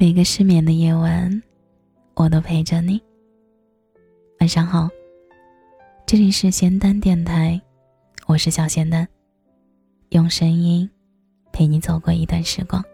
每个失眠的夜晚，我都陪着你。晚上好，这里是仙丹电台，我是小仙丹，用声音陪你走过一段时光。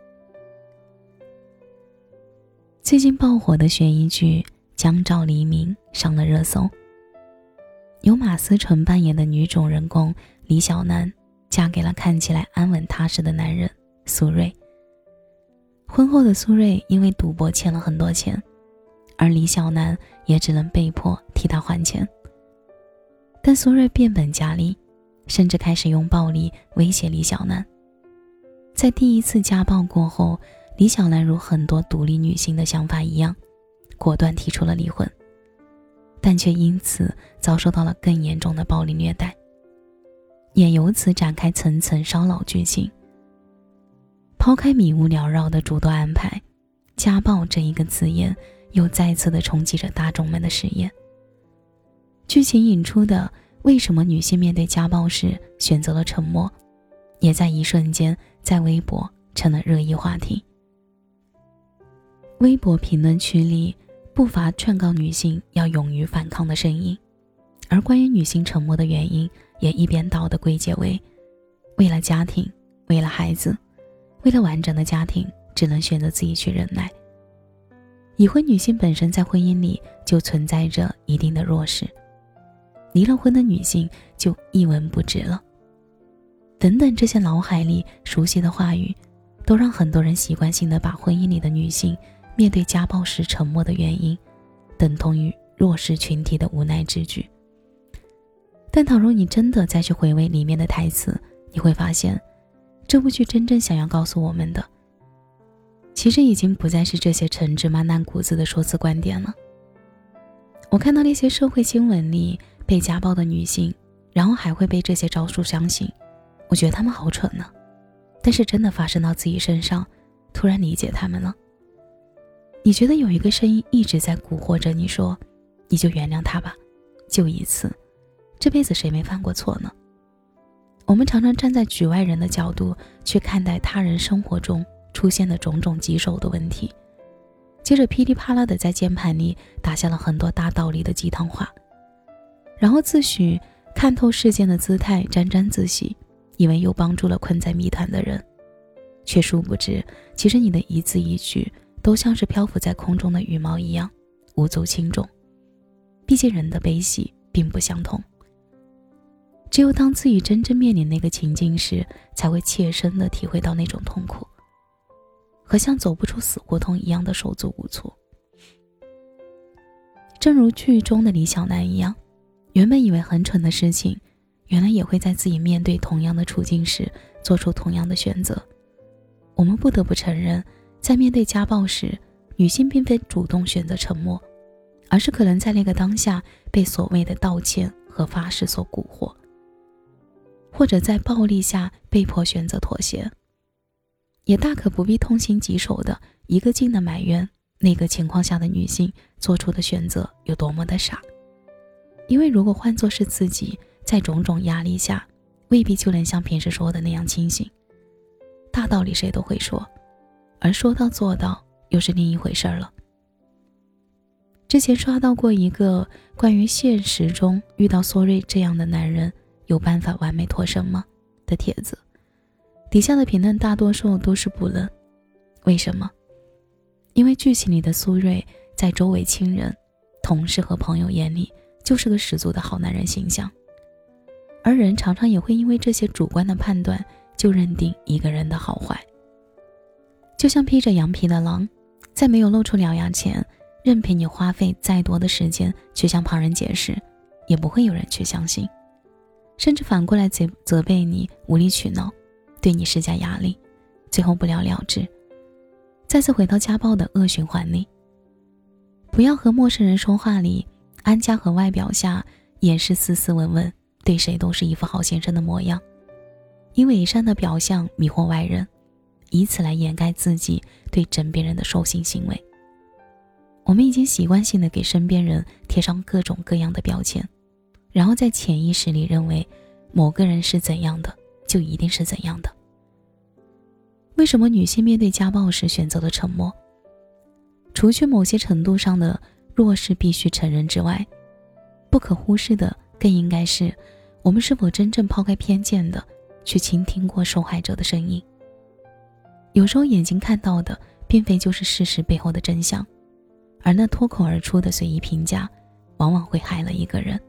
最近爆火的悬疑剧《江照黎明》上了热搜，由马思纯扮演的女主人公李小楠嫁给了看起来安稳踏实的男人苏芮。婚后的苏芮因为赌博欠了很多钱，而李小楠也只能被迫替他还钱。但苏芮变本加厉，甚至开始用暴力威胁李小楠。在第一次家暴过后，李小楠如很多独立女性的想法一样，果断提出了离婚，但却因此遭受到了更严重的暴力虐待，也由此展开层层烧脑剧情。抛开迷雾缭绕的诸多安排，家暴这一个字眼又再次的冲击着大众们的视野。剧情引出的为什么女性面对家暴时选择了沉默，也在一瞬间在微博成了热议话题。微博评论区里不乏劝告女性要勇于反抗的声音，而关于女性沉默的原因也一边倒地归结为为了家庭，为了孩子，为了完整的家庭，只能选择自己去忍耐。已婚女性本身在婚姻里就存在着一定的弱势，离了婚的女性就一文不值了。等等这些脑海里熟悉的话语，都让很多人习惯性的把婚姻里的女性面对家暴时沉默的原因，等同于弱势群体的无奈之举。但倘若你真的再去回味里面的台词，你会发现这部剧真正想要告诉我们的，其实已经不再是这些陈芝麻烂谷子的说辞观点了。我看到那些社会新闻里被家暴的女性，然后还会被这些招数相信，我觉得她们好蠢呢。但是真的发生到自己身上，突然理解她们了。你觉得有一个声音一直在蛊惑着你说，你就原谅他吧，就一次，这辈子谁没犯过错呢？我们常常站在局外人的角度去看待他人生活中出现的种种棘手的问题，接着噼里啪啦的在键盘里打下了很多大道理的鸡汤话，然后自诩看透事件的姿态沾沾自喜，以为又帮助了困在谜团的人，却殊不知其实你的一字一句都像是漂浮在空中的羽毛一样无足轻重。毕竟人的悲喜并不相同，只有当自己真正面临那个情境时，才会切身地体会到那种痛苦，和像走不出死胡同一样的手足无措。正如剧中的李小楠一样，原本以为很蠢的事情，原来也会在自己面对同样的处境时做出同样的选择。我们不得不承认，在面对家暴时，女性并非主动选择沉默，而是可能在那个当下被所谓的道歉和发誓所蛊惑，或者在暴力下被迫选择妥协。也大可不必痛心疾首的一个劲的埋怨那个情况下的女性做出的选择有多么的傻，因为如果换作是自己，在种种压力下未必就能像平时说的那样清醒。大道理谁都会说，而说到做到又是另一回事了。之前刷到过一个关于现实中遇到苏芮这样的男人有办法完美脱身吗的帖子，底下的评论大多数都是不能。为什么？因为剧情里的苏芮在周围亲人、同事和朋友眼里就是个十足的好男人形象，而人常常也会因为这些主观的判断就认定一个人的好坏。就像披着羊皮的狼，在没有露出獠牙前，任凭你花费再多的时间去向旁人解释，也不会有人去相信，甚至反过来责备你无理取闹，对你施加压力，最后不了了之，再次回到家暴的恶循环里。不要和陌生人说话里，安家和外表下也是斯斯文文，对谁都是一副好先生的模样，因伪善的表象迷惑外人，以此来掩盖自己对枕边人的兽性行为。我们已经习惯性的给身边人贴上各种各样的标签，然后在潜意识里认为某个人是怎样的就一定是怎样的。为什么女性面对家暴时选择了沉默？ 除去某些程度上的弱势必须承认之外，不可忽视的更应该是我们是否真正抛开偏见的去倾听过受害者的声音。有时候眼睛看到的并非就是事实背后的真相，而那脱口而出的随意评价往往会害了一个人。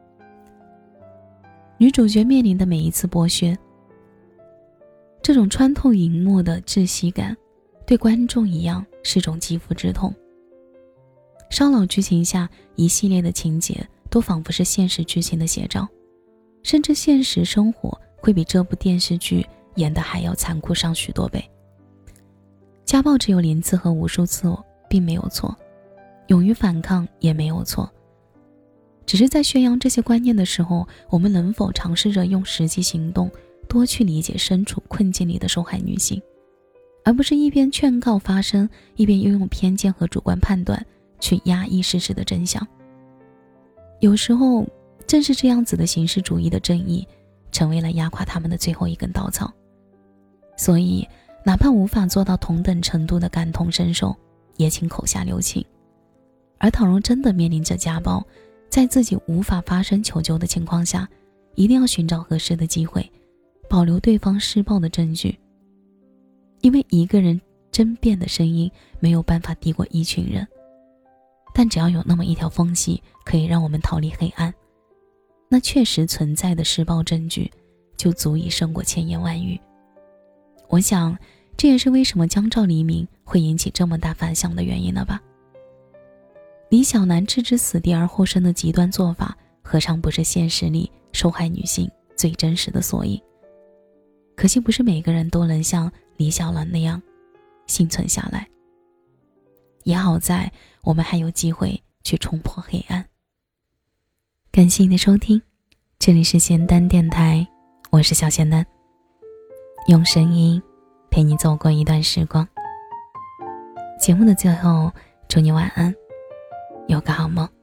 女主角面临的每一次剥削，这种穿透荧幕的窒息感对观众一样是种肌肤之痛。烧脑剧情下一系列的情节都仿佛是现实剧情的写照，甚至现实生活会比这部电视剧演得还要残酷上许多倍。家暴只有0次和无数次并没有错，勇于反抗也没有错，只是在宣扬这些观念的时候，我们能否尝试着用实际行动多去理解身处困境里的受害女性，而不是一边劝告发声，一边又用偏见和主观判断去压抑事实的真相。有时候正是这样子的形式主义的正义成为了压垮他们的最后一根稻草。所以哪怕无法做到同等程度的感同身受，也请口下留情。而倘若真的面临着家暴，在自己无法发声求救的情况下，一定要寻找合适的机会，保留对方施暴的证据。因为一个人争辩的声音没有办法敌过一群人，但只要有那么一条缝隙可以让我们逃离黑暗，那确实存在的施暴证据就足以胜过千言万语。我想这也是为什么江照黎明会引起这么大反响的原因了吧。李小男置之死地而后生的极端做法，何尝不是现实里受害女性最真实的缩影？可惜不是每个人都能像李小男那样幸存下来，也好在我们还有机会去冲破黑暗。感谢你的收听，这里是咸蛋电台，我是小咸蛋，用声音陪你走过一段时光。节目的最后，祝你晚安，有个好梦。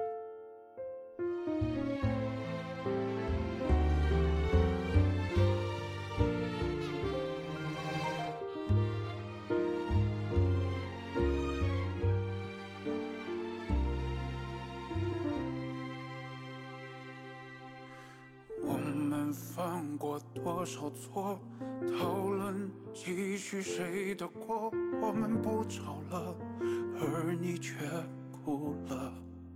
犯过多少错，讨论继续谁的锅，我们不吵了，而你却哭了。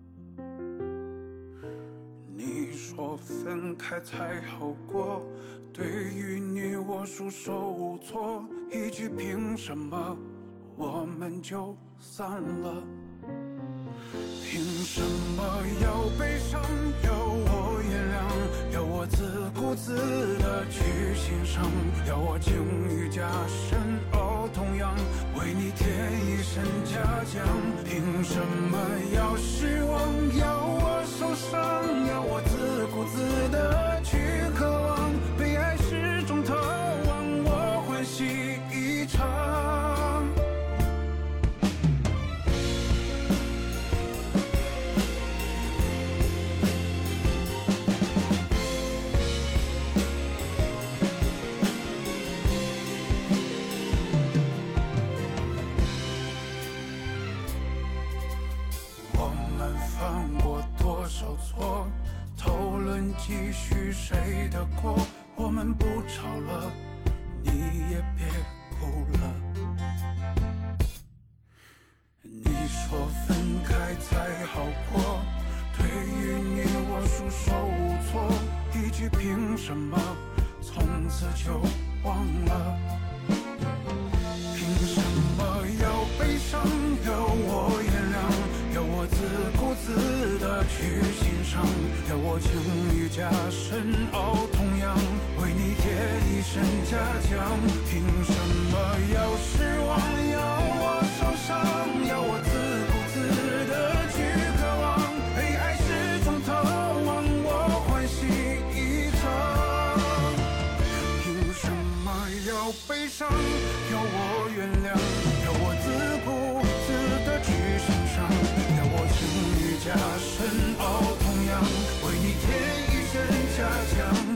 你说分开才好过，对于你我束手无措，一句凭什么我们就散了。凭什么要悲伤，要我原谅，要我自顾自地去欣赏，要我境遇加深奥同样为你添一身嘉奖。凭什么要失望，要我受伤，要我自顾自地去渴望，被爱是种逃亡，我欢喜一场。继续谁的锅，我们不吵了，你也别哭了。你说分开才好过，对于你我束手无措，一句凭什么从此就忘了。凭什么要悲伤，要我原谅，要我自顾自地去欣赏，要我境遇加深奥同样为你贴一身嘉奖。凭什么要失望，要我受伤，要我自顾自地去渴望，被爱是种逃亡，我欢喜一场。凭什么要悲伤，要我原谅，要我自顾自地去欣赏，要我境遇加深奥同样为你添一身嘉奖。